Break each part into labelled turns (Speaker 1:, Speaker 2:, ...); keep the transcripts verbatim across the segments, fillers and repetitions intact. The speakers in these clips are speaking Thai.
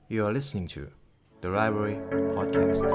Speaker 1: You are listening to The Library Podcast.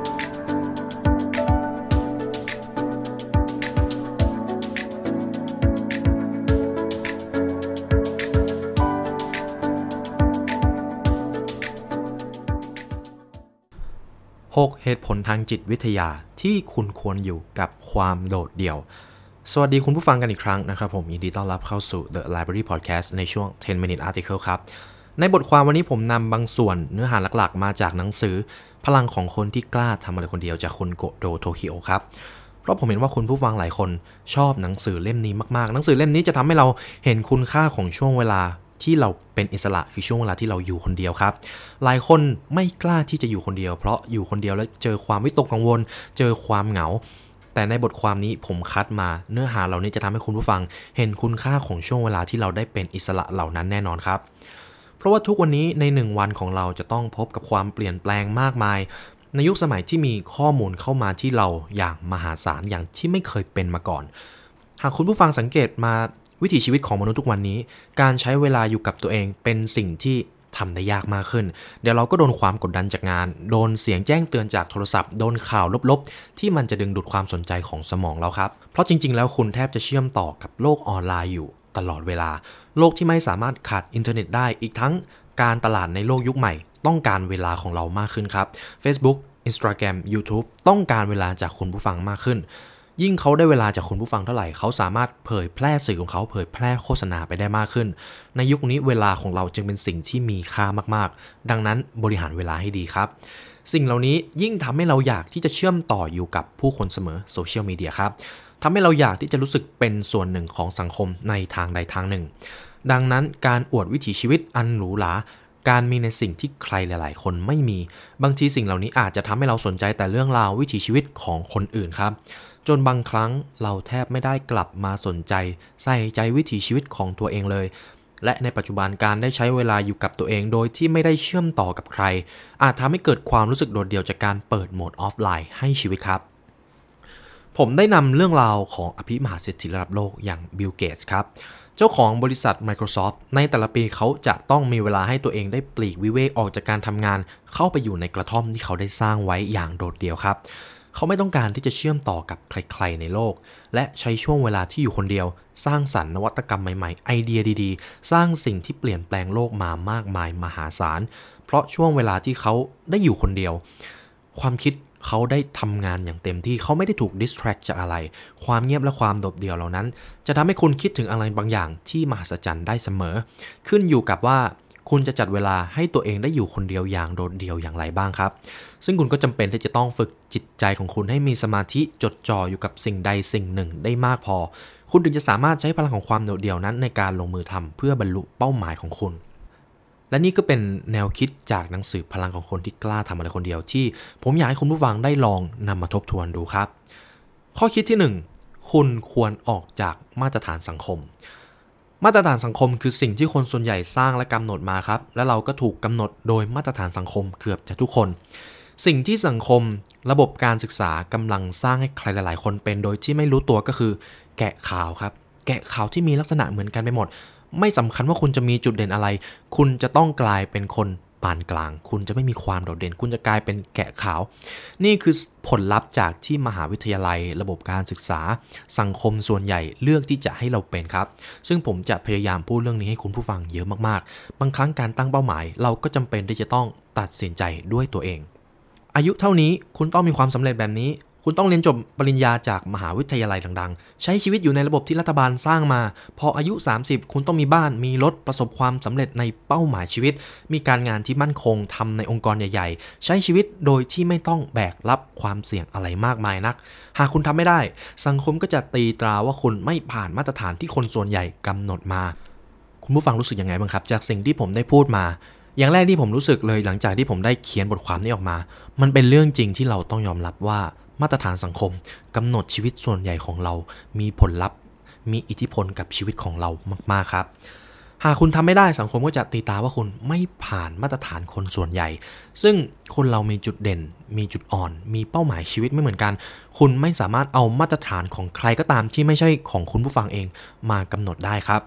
Speaker 1: หก เหตุผลทางจิตวิทยาที่คุณควรอยู่กับความโดดเดี่ยวสวัสดีคุณผู้ฟังกันอีกครั้งนะครับผมยินดีต้อนรับเข้าสู่ The Library Podcast ในช่วงten minute article ครับในบทความวันนี้ผมนำบางส่วนเนื้อหาหลักๆมาจากหนังสือพลังของคนที่กล้าทำอะไรคนเดียวจากคุณโกโดโทคิโอครับเพราะผมเห็นว่าคุณผู้ฟังหลายคนชอบหนังสือเล่มนี้มากๆหนังสือเล่มนี้จะทำให้เราเห็นคุณค่าของช่วงเวลาที่เราเป็นอิสระคือช่วงเวลาที่เราอยู่คนเดียวครับหลายคนไม่กล้าที่จะอยู่คนเดียวเพราะอยู่คนเดียวแล้วเจอความวิตกกังวลเจอความเหงาแต่ในบทความนี้ผมคัดมาเนื้อหาเหล่านี้จะทำให้คุณผู้ฟังเห็นคุณค่าของช่วงเวลาที่เราได้เป็นอิสระเหล่านั้นแน่นอนครับเพราะว่าทุกวันนี้ในหนึ่งวันของเราจะต้องพบกับความเปลี่ยนแปลงมากมายในยุคสมัยที่มีข้อมูลเข้ามาที่เราอย่างมหาศาลอย่างที่ไม่เคยเป็นมาก่อนหากคุณผู้ฟังสังเกตมาวิถีชีวิตของมนุษย์ทุกวันนี้การใช้เวลาอยู่กับตัวเองเป็นสิ่งที่ทำได้ยากมากขึ้นเดี๋ยวเราก็โดนความกดดันจากงานโดนเสียงแจ้งเตือนจากโทรศัพท์โดนข่าวลบๆที่มันจะดึงดูดความสนใจของสมองเราครับเพราะจริงๆแล้วคุณแทบจะเชื่อมต่อกับโลกออนไลน์อยู่ตลอดเวลาโลกที่ไม่สามารถขาดอินเทอร์เน็ตได้อีกทั้งการตลาดในโลกยุคใหม่ต้องการเวลาของเรามากขึ้นครับ Facebook Instagram YouTube ต้องการเวลาจากคุณผู้ฟังมากขึ้นยิ่งเขาได้เวลาจากคุณผู้ฟังเท่าไหร่เขาสามารถเผยแพร่สื่อของเขาเผยแพร่โฆษณาไปได้มากขึ้นในยุคนี้เวลาของเราจึงเป็นสิ่งที่มีค่ามากๆดังนั้นบริหารเวลาให้ดีครับสิ่งเหล่านี้ยิ่งทำให้เราอยากที่จะเชื่อมต่ออยู่กับผู้คนเสมอโซเชียลมีเดียครับทำให้เราอยากที่จะรู้สึกเป็นส่วนหนึ่งของสังคมในทางใดทางหนึ่งดังนั้นการอวดวิถีชีวิตอันหรูหราการมีในสิ่งที่ใครหลายๆคนไม่มีบางทีสิ่งเหล่านี้อาจจะทำให้เราสนใจแต่เรื่องราววิถีชีวิตของคนอื่นครับจนบางครั้งเราแทบไม่ได้กลับมาสนใจใส่ใจวิถีชีวิตของตัวเองเลยและในปัจจุบันการได้ใช้เวลาอยู่กับตัวเองโดยที่ไม่ได้เชื่อมต่อกับใครอาจทำให้เกิดความรู้สึกโดดเดี่ยวจากการเปิดโหมดออฟไลน์ให้ชีวิตครับผมได้นำเรื่องราวของอภิมหาเศรษฐีระดับโลกอย่างบิล เกตส์ครับเจ้าของบริษัท Microsoft ในแต่ละปีเขาจะต้องมีเวลาให้ตัวเองได้ปลีกวิเวกออกจากการทำงานเข้าไปอยู่ในกระท่อมที่เขาได้สร้างไว้อย่างโดดเดี่ยวครับเขาไม่ต้องการที่จะเชื่อมต่อกับใครๆในโลกและใช้ช่วงเวลาที่อยู่คนเดียวสร้างสรรค์นวัตกรรมใหม่ๆไอเดียดีๆสร้างสิ่งที่เปลี่ยนแปลงโลกมามากมายมหาศาลเพราะช่วงเวลาที่เขาได้อยู่คนเดียวความคิดเขาได้ทำงานอย่างเต็มที่เขาไม่ได้ถูก distract จากอะไรความเงียบและความโดดเดี่ยวเหล่านั้นจะทำให้คุณคิดถึงอะไรบางอย่างที่มหัศจรรย์ได้เสมอขึ้นอยู่กับว่าคุณจะจัดเวลาให้ตัวเองได้อยู่คนเดียวอย่างโดดเดี่ยวอย่างไรบ้างครับซึ่งคุณก็จำเป็นที่จะต้องฝึกจิตใจของคุณให้มีสมาธิจดจ่ออยู่กับสิ่งใดสิ่งหนึ่งได้มากพอคุณถึงจะสามารถใช้พลังของความโดดเดี่ยวนั้นในการลงมือทำเพื่อบรรลุเป้าหมายของคุณและนี่ก็เป็นแนวคิดจากหนังสือพลังของคนที่กล้าทำอะไรคนเดียวที่ผมอยากให้คุณผู้ฟังได้ลองนำมาทบทวนดูครับข้อคิดที่หนึ่งคุณควรออกจากมาตรฐานสังคมมาตรฐานสังคมคือสิ่งที่คนส่วนใหญ่สร้างและกำหนดมาครับและเราก็ถูกกำหนดโดยมาตรฐานสังคมเกือบจะทุกคนสิ่งที่สังคมระบบการศึกษากำลังสร้างให้ใครหลายๆคนเป็นโดยที่ไม่รู้ตัวก็คือแกะข่าวครับแกะข่าวที่มีลักษณะเหมือนกันไปหมดไม่สำคัญว่าคุณจะมีจุดเด่นอะไรคุณจะต้องกลายเป็นคนปานกลางคุณจะไม่มีความโดดเด่นคุณจะกลายเป็นแกะขาวนี่คือผลลัพธ์จากที่มหาวิทยาลัยระบบการศึกษาสังคมส่วนใหญ่เลือกที่จะให้เราเป็นครับซึ่งผมจะพยายามพูดเรื่องนี้ให้คุณผู้ฟังเยอะมากๆบางครั้งการตั้งเป้าหมายเราก็จำเป็นที่จะต้องตัดสินใจด้วยตัวเองอายุเท่านี้คุณต้องมีความสำเร็จแบบนี้คุณต้องเรียนจบปริญญาจากมหาวิทยาลัยดังๆใช้ชีวิตอยู่ในระบบที่รัฐบาลสร้างมาพออายุสามสิบคุณต้องมีบ้านมีรถประสบความสำเร็จในเป้าหมายชีวิตมีการงานที่มั่นคงทำในองค์กรใหญ่ๆใช้ชีวิตโดยที่ไม่ต้องแบกรับความเสี่ยงอะไรมากมายนักหากคุณทำไม่ได้สังคมก็จะตีตราว่าคุณไม่ผ่านมาตรฐานที่คนส่วนใหญ่กำหนดมาคุณผู้ฟังรู้สึกยังไงบ้างครับจากสิ่งที่ผมได้พูดมาอย่างแรกที่ผมรู้สึกเลยหลังจากที่ผมได้เขียนบทความนี้ออกมามันเป็นเรื่องจริงที่เราต้องยอมรับว่ามาตรฐานสังคมกำหนดชีวิตส่วนใหญ่ของเรามีผลลัพธ์มีอิทธิพลกับชีวิตของเรามากๆครับหากคุณทำไม่ได้สังคมก็จะตีตาว่าคุณไม่ผ่านมาตรฐานคนส่วนใหญ่ซึ่งคนเรามีจุดเด่นมีจุดอ่อนมีเป้าหมายชีวิตไม่เหมือนกันคุณไม่สามารถเอามาตรฐานของใครก็ตามที่ไม่ใช่ของคุณผู้ฟังเองมากำหนดได้ครับ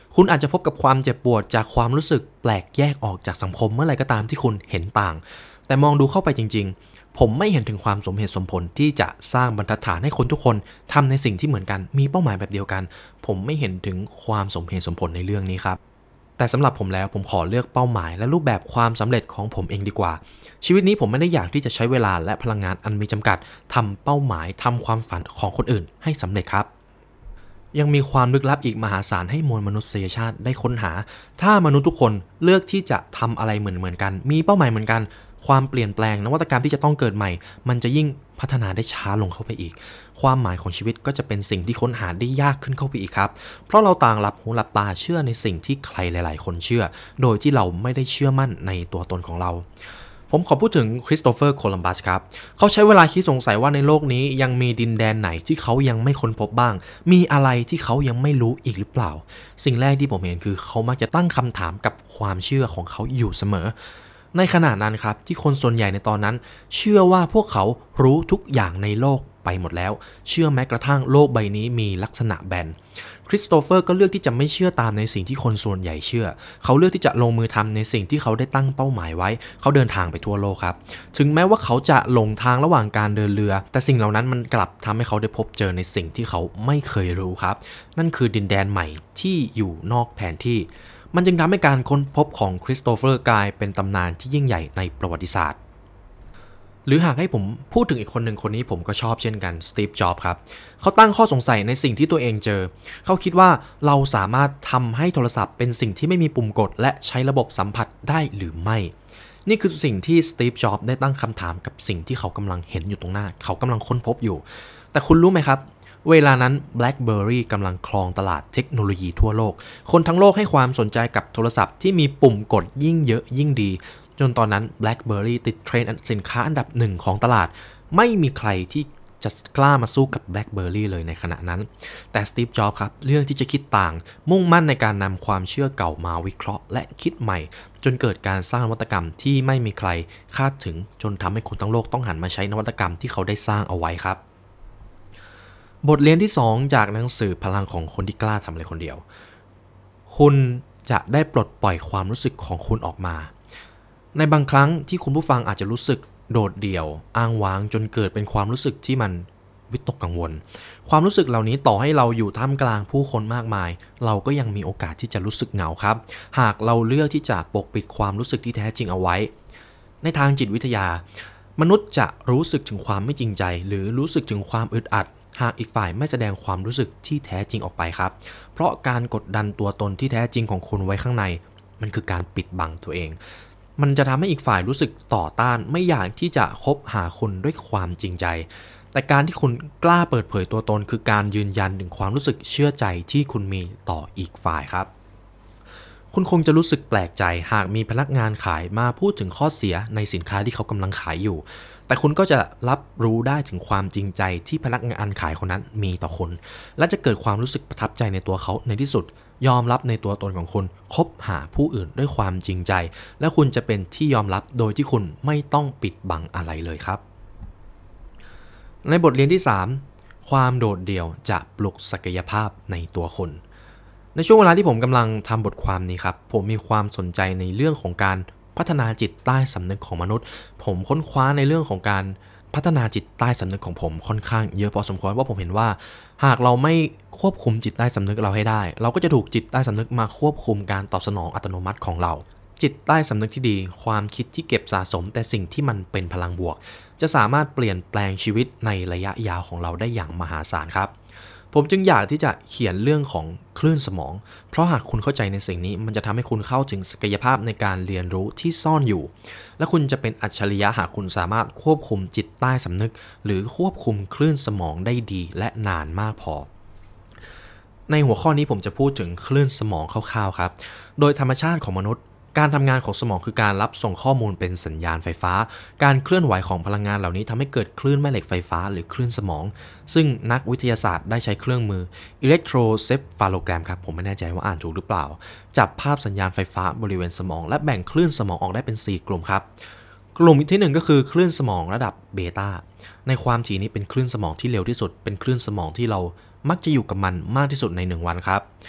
Speaker 1: คุณอาจจะพบกับความเจ็บปวดจากความรู้สึกแปลกแยกออกจากสังคมเมื่อไหร่ก็ตามที่คุณเห็นต่างแต่มองดูเข้าไปจริงๆผมไม่เห็นถึงความสมเหตุสมผลที่จะสร้างบรรทัดฐานให้คนทุกคนทำในสิ่งที่เหมือนกันมีเป้าหมายแบบเดียวกันผมไม่เห็นถึงความสมเหตุสมผลในเรื่องนี้ครับแต่สำหรับผมแล้วผมขอเลือกเป้าหมายและรูปแบบความสำเร็จของผมเองดีกว่าชีวิตนี้ผมไม่ได้อยากที่จะใช้เวลาและพลังงานอันมีจำกัดทำเป้าหมายทำความฝันของคนอื่นให้สำเร็จครับยังมีความลึกลับอีกมหาศาลให้มวลมนุษยชาติได้ค้นหาถ้ามนุษย์ทุกคนเลือกที่จะทำอะไรเหมือนเหมือนกันมีเป้าหมายเหมือนกันความเปลี่ยนแปลงนวัตกรรมที่จะต้องเกิดใหม่มันจะยิ่งพัฒนาได้ช้าลงเข้าไปอีกความหมายของชีวิตก็จะเป็นสิ่งที่ค้นหาได้ยากขึ้นเข้าไปอีกครับเพราะเราต่างหลับหูหลับตาเชื่อในสิ่งที่ใครหลายๆคนเชื่อโดยที่เราไม่ได้เชื่อมั่นในตัวตนของเราผมขอพูดถึงคริสโตเฟอร์โคลัมบัสครับเขาใช้เวลาคิดสงสัยว่าในโลกนี้ยังมีดินแดนไหนที่เขายังไม่ค้นพบบ้างมีอะไรที่เขายังไม่รู้อีกหรือเปล่าสิ่งแรกที่ผมเห็นคือเขามักจะตั้งคำถามกับความเชื่อของเขาอยู่เสมอในขณะนั้นครับที่คนส่วนใหญ่ในตอนนั้นเชื่อว่าพวกเขารู้ทุกอย่างในโลกไปหมดแล้วเชื่อแม้กระทั่งโลกใบนี้มีลักษณะแบนคริสโตเฟอร์ก็เลือกที่จะไม่เชื่อตามในสิ่งที่คนส่วนใหญ่เชื่อเขาเลือกที่จะลงมือทำในสิ่งที่เขาได้ตั้งเป้าหมายไว้เขาเดินทางไปทั่วโลกครับถึงแม้ว่าเขาจะหลงทางระหว่างการเดินเรือแต่สิ่งเหล่านั้นมันกลับทำให้เขาได้พบเจอในสิ่งที่เขาไม่เคยรู้ครับนั่นคือดินแดนใหม่ที่อยู่นอกแผนที่มันจึงทำให้การค้นพบของคริสโตเฟอร์กลายเป็นตำนานที่ยิ่งใหญ่ในประวัติศาสตร์หรือหากให้ผมพูดถึงอีกคนหนึ่งคนนี้ผมก็ชอบเช่นกันสตีฟ จ็อบส์ครับเขาตั้งข้อสงสัยในสิ่งที่ตัวเองเจอเขาคิดว่าเราสามารถทำให้โทรศัพท์เป็นสิ่งที่ไม่มีปุ่มกดและใช้ระบบสัมผัสได้หรือไม่นี่คือสิ่งที่สตีฟ จ็อบส์ได้ตั้งคำถามกับสิ่งที่เขากำลังเห็นอยู่ตรงหน้าเขากำลังค้นพบอยู่แต่คุณรู้ไหมครับเวลานั้น BlackBerry กำลังครองตลาดเทคโนโลยีทั่วโลกคนทั้งโลกให้ความสนใจกับโทรศัพท์ที่มีปุ่มกดยิ่งเยอะยิ่งดีจนตอนนั้น BlackBerry ติดเทรนด์สินค้าอันดับหนึ่งของตลาดไม่มีใครที่จะกล้ามาสู้กับ BlackBerry เลยในขณะนั้นแต่สตีฟ จ็อบส์ครับเรื่องที่จะคิดต่างมุ่งมั่นในการนำความเชื่อเก่ามาวิเคราะห์และคิดใหม่จนเกิดการสร้างนวัตกรรมที่ไม่มีใครคาดถึงจนทำให้คนทั้งโลกต้องหันมาใช้นวัตกรรมที่เขาได้สร้างเอาไว้ครับบทเรียนที่สองจากหนังสือพลังของคนที่กล้าทำอะไรคนเดียวคุณจะได้ปลดปล่อยความรู้สึกของคุณออกมาในบางครั้งที่คุณผู้ฟังอาจจะรู้สึกโดดเดี่ยวอ้างว้างจนเกิดเป็นความรู้สึกที่มันวิตกกังวลความรู้สึกเหล่านี้ต่อให้เราอยู่ท่ามกลางผู้คนมากมายเราก็ยังมีโอกาสที่จะรู้สึกเหงาครับหากเราเลือกที่จะปกปิดความรู้สึกที่แท้จริงเอาไว้ในทางจิตวิทยามนุษย์จะรู้สึกถึงความไม่จริงใจหรือรู้สึกถึงความอึดอัดหากอีกฝ่ายไม่แสดงความรู้สึกที่แท้จริงออกไปครับเพราะการกดดันตัวตนที่แท้จริงของคุณไว้ข้างในมันคือการปิดบังตัวเองมันจะทำให้อีกฝ่ายรู้สึกต่อต้านไม่อยากที่จะคบหาคุณด้วยความจริงใจแต่การที่คุณกล้าเปิดเผยตัวตนคือการยืนยันถึงความรู้สึกเชื่อใจที่คุณมีต่ออีกฝ่ายครับคุณคงจะรู้สึกแปลกใจหากมีพนักงานขายมาพูดถึงข้อเสียในสินค้าที่เขากำลังขายอยู่แต่คุณก็จะรับรู้ได้ถึงความจริงใจที่พนักงานขายคนนั้นมีต่อคุณและจะเกิดความรู้สึกประทับใจในตัวเขาในที่สุดยอมรับในตัวตนของคุณคบหาผู้อื่นด้วยความจริงใจและคุณจะเป็นที่ยอมรับโดยที่คุณไม่ต้องปิดบังอะไรเลยครับในบทเรียนที่สามความโดดเดี่ยวจะปลุกศักยภาพในตัวคุณในช่วงเวลาที่ผมกำลังทำบทความนี้ครับผมมีความสนใจในเรื่องของการพัฒนาจิตใต้สำนึกของมนุษย์ผมค้นคว้าในเรื่องของการพัฒนาจิตใต้สำนึกของผมค่อนข้างเยอะพอสมควรว่าผมเห็นว่าหากเราไม่ควบคุมจิตใต้สำนึกเราให้ได้เราก็จะถูกจิตใต้สำนึกมาควบคุมการตอบสนองอัตโนมัติของเราจิตใต้สำนึกที่ดีความคิดที่เก็บสะสมแต่สิ่งที่มันเป็นพลังบวกจะสามารถเปลี่ยนแปลงชีวิตในระยะยาวของเราได้อย่างมหาศาลครับผมจึงอยากที่จะเขียนเรื่องของคลื่นสมองเพราะหากคุณเข้าใจในสิ่งนี้มันจะทำให้คุณเข้าถึงศักยภาพในการเรียนรู้ที่ซ่อนอยู่และคุณจะเป็นอัจฉริยะหากคุณสามารถควบคุมจิตใต้สำนึกหรือควบคุมคลื่นสมองได้ดีและนานมากพอในหัวข้อนี้ผมจะพูดถึงคลื่นสมองคร่าวๆครับโดยธรรมชาติของมนุษย์การทำงานของสมองคือการรับส่งข้อมูลเป็นสัญญาณไฟฟ้าการเคลื่อนไหวของพลังงานเหล่านี้ทำให้เกิดคลื่นแม่เหล็กไฟฟ้าหรือคลื่นสมองซึ่งนักวิทยาศาสตร์ได้ใช้เครื่องมือ electroencephalogram ครับผมไม่แน่ใจว่าอ่านถูกหรือเปล่าจับภาพสัญญาณไฟฟ้าบริเวณสมองและแบ่งคลื่นสมองออกได้เป็นสี่กลุ่มครับกลุ่มที่หนึ่งก็คือคลื่นสมองระดับเบต้าในความถี่นี้เป็นคลื่นสมองที่เร็วที่สุดเป็นคลื่นสมองที่เรามักจะอยู่กับมันมากที่สุดในหนึ่งวันครับ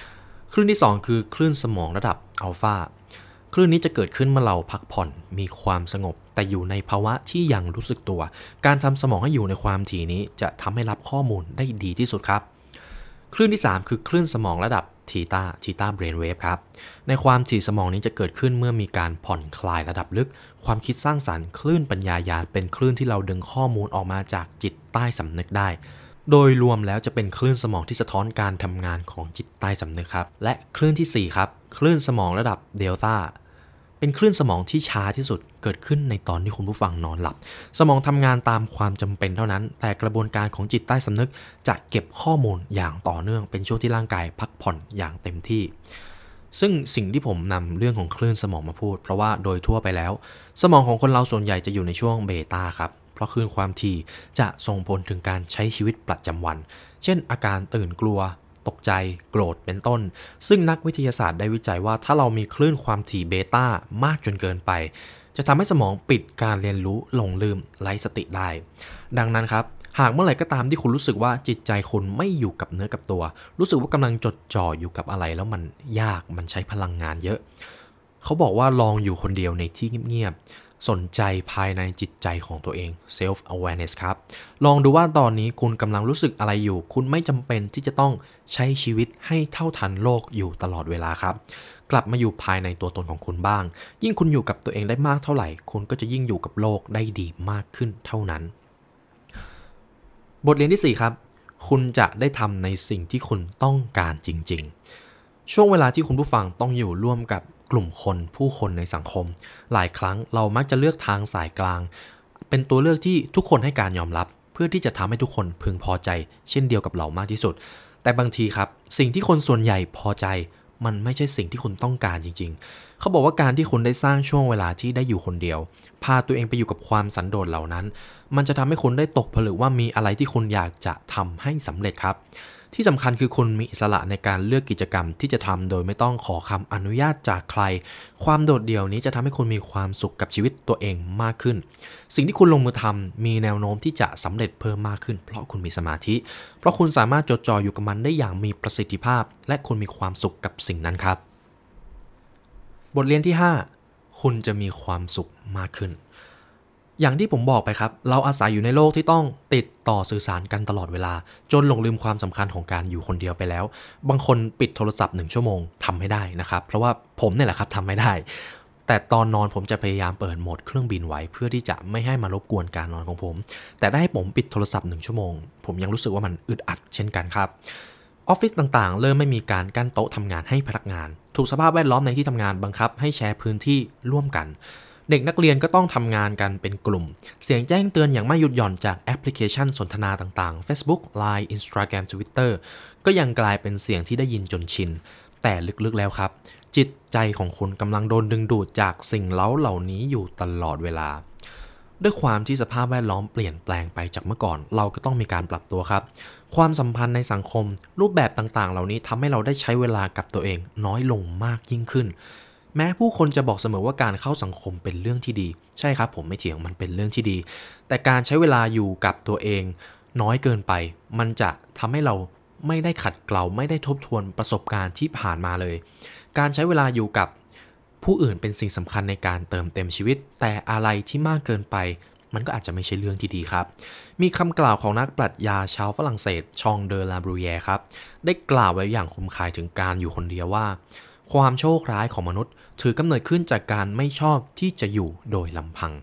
Speaker 1: คลื่นที่สองคือคลื่นสมองระดับอัลฟาคลื่นนี้จะเกิดขึ้นเมื่อเราพักผ่อนมีความสงบแต่อยู่ในภาวะที่ยังรู้สึกตัวการทำสมองให้อยู่ในความถี่นี้จะทำให้รับข้อมูลได้ดีที่สุดครับคลื่นที่สามคือคลื่นสมองระดับทีตาทีตาเบรนเวฟครับในความถี่สมองนี้จะเกิดขึ้นเมื่อมีการผ่อนคลายระดับลึกความคิดสร้างสรรค์คลื่นปัญญายาณเป็นคลื่นที่เราดึงข้อมูลออกมาจากจิตใต้สำนึกได้โดยรวมแล้วจะเป็นคลื่นสมองที่สะท้อนการทำงานของจิตใต้สำนึกครับและคลื่นที่สี่ครับคลื่นสมองระดับเดลต้าเป็นคลื่นสมองที่ช้าที่สุดเกิดขึ้นในตอนที่คุณผู้ฟังนอนหลับสมองทำงานตามความจำเป็นเท่านั้นแต่กระบวนการของจิตใต้สำนึกจะเก็บข้อมูลอย่างต่อเนื่องเป็นช่วงที่ร่างกายพักผ่อนอย่างเต็มที่ซึ่งสิ่งที่ผมนำเรื่องของคลื่นสมองมาพูดเพราะว่าโดยทั่วไปแล้วสมองของคนเราส่วนใหญ่จะอยู่ในช่วงเบต้าครับเพราะคลื่นความถี่จะส่งผลถึงการใช้ชีวิตประจำวันเช่นอาการตื่นกลัวตกใจโกรธเป็นต้นซึ่งนักวิทยาศาสตร์ได้วิจัยว่าถ้าเรามีคลื่นความถี่เบต้ามากจนเกินไปจะทำให้สมองปิดการเรียนรู้หลงลืมไร้สติได้ดังนั้นครับหากเมื่อไหร่ก็ตามที่คุณรู้สึกว่าจิตใจคุณไม่อยู่กับเนื้อกับตัวรู้สึกว่ากำลังจดจ่ออยู่กับอะไรแล้วมันยากมันใช้พลังงานเยอะเขาบอกว่าลองอยู่คนเดียวในที่เงียบสนใจภายในจิตใจของตัวเอง self awareness ครับลองดูว่าตอนนี้คุณกำลังรู้สึกอะไรอยู่คุณไม่จำเป็นที่จะต้องใช้ชีวิตให้เท่าทันโลกอยู่ตลอดเวลาครับกลับมาอยู่ภายในตัวตนของคุณบ้างยิ่งคุณอยู่กับตัวเองได้มากเท่าไหร่คุณก็จะยิ่งอยู่กับโลกได้ดีมากขึ้นเท่านั้นบทเรียนที่สี่ครับคุณจะได้ทำในสิ่งที่คุณต้องการจริงๆช่วงเวลาที่คุณผู้ฟังต้องอยู่ร่วมกับกลุ่มคนผู้คนในสังคมหลายครั้งเรามักจะเลือกทางสายกลางเป็นตัวเลือกที่ทุกคนให้การยอมรับเพื่อที่จะทำให้ทุกคนพึงพอใจเช่นเดียวกับเรามากที่สุดแต่บางทีครับสิ่งที่คนส่วนใหญ่พอใจมันไม่ใช่สิ่งที่คุณต้องการจริงๆเขาบอกว่าการที่คุณได้สร้างช่วงเวลาที่ได้อยู่คนเดียวพาตัวเองไปอยู่กับความสันโดษเหล่านั้นมันจะทำให้คุณได้ตกผลึกว่ามีอะไรที่คุณอยากจะทำให้สำเร็จครับที่สำคัญคือคุณมีอิสระในการเลือกกิจกรรมที่จะทำโดยไม่ต้องขอคำอนุญาตจากใครความโดดเดี่ยวนี้จะทำให้คุณมีความสุขกับชีวิตตัวเองมากขึ้นสิ่งที่คุณลงมือทำมีแนวโน้มที่จะสำเร็จเพิ่มมากขึ้นเพราะคุณมีสมาธิเพราะคุณสามารถจดจ่ออยู่กับมันได้อย่างมีประสิทธิภาพและคุณมีความสุขกับสิ่งนั้นครับบทเรียนที่ห้าคุณจะมีความสุขมากขึ้นอย่างที่ผมบอกไปครับเราอาศัยอยู่ในโลกที่ต้องติดต่อสื่อสารกันตลอดเวลาจนหลงลืมความสำคัญของการอยู่คนเดียวไปแล้วบางคนปิดโทรศัพท์หนึ่งชั่วโมงทำไม่ได้นะครับเพราะว่าผมเนี่ยแหละครับทำไม่ได้แต่ตอนนอนผมจะพยายามเปิดโหมดเครื่องบินไว้เพื่อที่จะไม่ให้มารบกวนการนอนของผมแต่ได้ให้ผมปิดโทรศัพท์หนึ่งชั่วโมงผมยังรู้สึกว่ามันอึดอัดเช่นกันครับออฟฟิศต่างๆเริ่มไม่มีการกั้นโต๊ะทำงานให้พนักงานถูกสภาพแวดล้อมในที่ทำงานบังคับให้แชร์พื้นที่ร่วมกันเด็กนักเรียนก็ต้องทำงานกันเป็นกลุ่มเสียงแจ้งเตือนอย่างไม่หยุดหย่อนจากแอปพลิเคชันสนทนาต่างๆ Facebook ไลน์ Instagram Twitter ก็ยังกลายเป็นเสียงที่ได้ยินจนชินแต่ลึกๆแล้วครับจิตใจของคุณกำลังโดนดึงดูดจากสิ่งเร้าเหล่านี้อยู่ตลอดเวลาด้วยความที่สภาพแวดล้อมเปลี่ยนแปลงไปจากเมื่อก่อนเราก็ต้องมีการปรับตัวครับความสัมพันธ์ในสังคมรูปแบบต่างๆเหล่านี้ทำให้เราได้ใช้เวลากับตัวเองน้อยลงมากยิ่งขึ้นแม้ผู้คนจะบอกเสมอว่าการเข้าสังคมเป็นเรื่องที่ดีใช่ครับผมไม่เถียงมันเป็นเรื่องที่ดีแต่การใช้เวลาอยู่กับตัวเองน้อยเกินไปมันจะทำให้เราไม่ได้ขัดเกลาไม่ได้ทบทวนประสบการณ์ที่ผ่านมาเลยการใช้เวลาอยู่กับผู้อื่นเป็นสิ่งสำคัญในการเติมเต็มชีวิตแต่อะไรที่มากเกินไปมันก็อาจจะไม่ใช่เรื่องที่ดีครับมีคำกล่าวของนักปรัชญาชาวฝรั่งเศสชองเดอลาบรูเยร์ครับได้กล่าวไว้อย่างคมคายถึงการอยู่คนเดียวว่าความโชคร้ายของมนุษย์ถือกำเนิดขึ้นจากการไม่ชอบที่จะอยู่โดยลำพัง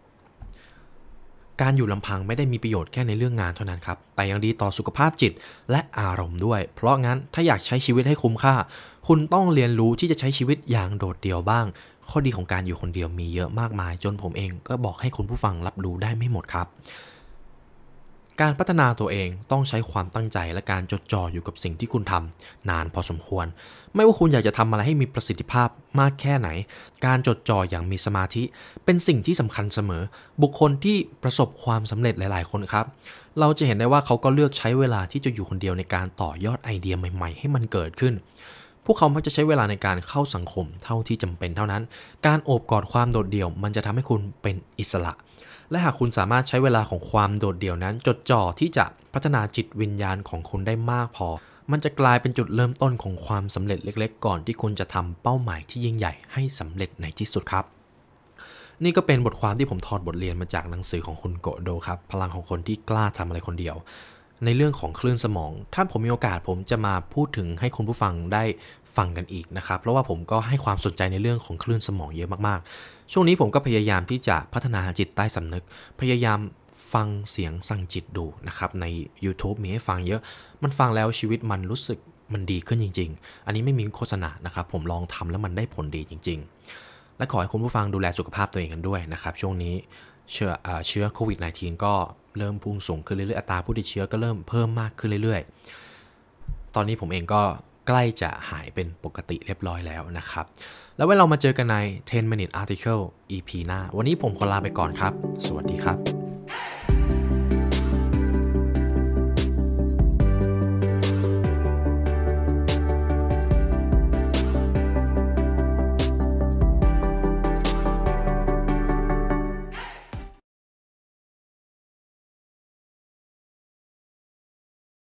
Speaker 1: การอยู่ลำพังไม่ได้มีประโยชน์แค่ในเรื่องงานเท่านั้นครับแต่ยังดีต่อสุขภาพจิตและอารมณ์ด้วยเพราะงั้นถ้าอยากใช้ชีวิตให้คุ้มค่าคุณต้องเรียนรู้ที่จะใช้ชีวิตอย่างโดดเดี่ยวบ้างข้อดีของการอยู่คนเดียวมีเยอะมากมายจนผมเองก็บอกให้คุณผู้ฟังรับรู้ได้ไม่หมดครับการพัฒนาตัวเองต้องใช้ความตั้งใจและการจดจ่ออยู่กับสิ่งที่คุณทำนานพอสมควรไม่ว่าคุณอยากจะทำอะไรให้มีประสิทธิภาพมากแค่ไหนการจดจ่ออย่างมีสมาธิเป็นสิ่งที่สำคัญเสมอบุคคลที่ประสบความสำเร็จหลายๆคนครับเราจะเห็นได้ว่าเขาก็เลือกใช้เวลาที่จะอยู่คนเดียวในการต่อยอดไอเดียใหม่ๆให้มันเกิดขึ้นพวกเขามักจะใช้เวลาในการเข้าสังคมเท่าที่จำเป็นเท่านั้นการโอบกอดความโดดเดี่ยวมันจะทำให้คุณเป็นอิสระและหากคุณสามารถใช้เวลาของความโดดเดี่ยวนั้นจดจ่อที่จะพัฒนาจิตวิญญาณของคุณได้มากพอมันจะกลายเป็นจุดเริ่มต้นของความสำเร็จเล็กๆก่อนที่คุณจะทำเป้าหมายที่ยิ่งใหญ่ให้สำเร็จในที่สุดครับนี่ก็เป็นบทความที่ผมถอดบทเรียนมาจากหนังสือของคุณโกโดครับพลังของคนที่กล้าทำอะไรคนเดียวในเรื่องของคลื่นสมองถ้าผมมีโอกาสผมจะมาพูดถึงให้คุณผู้ฟังได้ฟังกันอีกนะครับเพราะว่าผมก็ให้ความสนใจในเรื่องของคลื่นสมองเยอะมากๆช่วงนี้ผมก็พยายามที่จะพัฒนาจิตใต้สำนึกพยายามฟังเสียงสั่งจิตดูนะครับใน YouTube มีให้ฟังเยอะมันฟังแล้วชีวิตมันรู้สึกมันดีขึ้นจริงๆอันนี้ไม่มีโฆษณานะครับผมลองทำแล้วมันได้ผลดีจริงๆและขอให้คุณผู้ฟังดูแลสุขภาพตัวเองกันด้วยนะครับช่วงนี้เชื้อเชื้อโควิด สิบเก้า ก็เริ่มพุ่งสูงขึ้นเรื่อยๆอัตราผู้ติดเชื้อก็เริ่มเพิ่มมากขึ้นเรื่อยๆตอนนี้ผมเองก็ใกล้จะหายเป็นปกติเรียบร้อยแล้วนะครับแล้วไว้เรามาเจอกันใน ten minute article อี พี หน้าวันนี้ผมขอลาไปก่อนครับสวัสดีครับ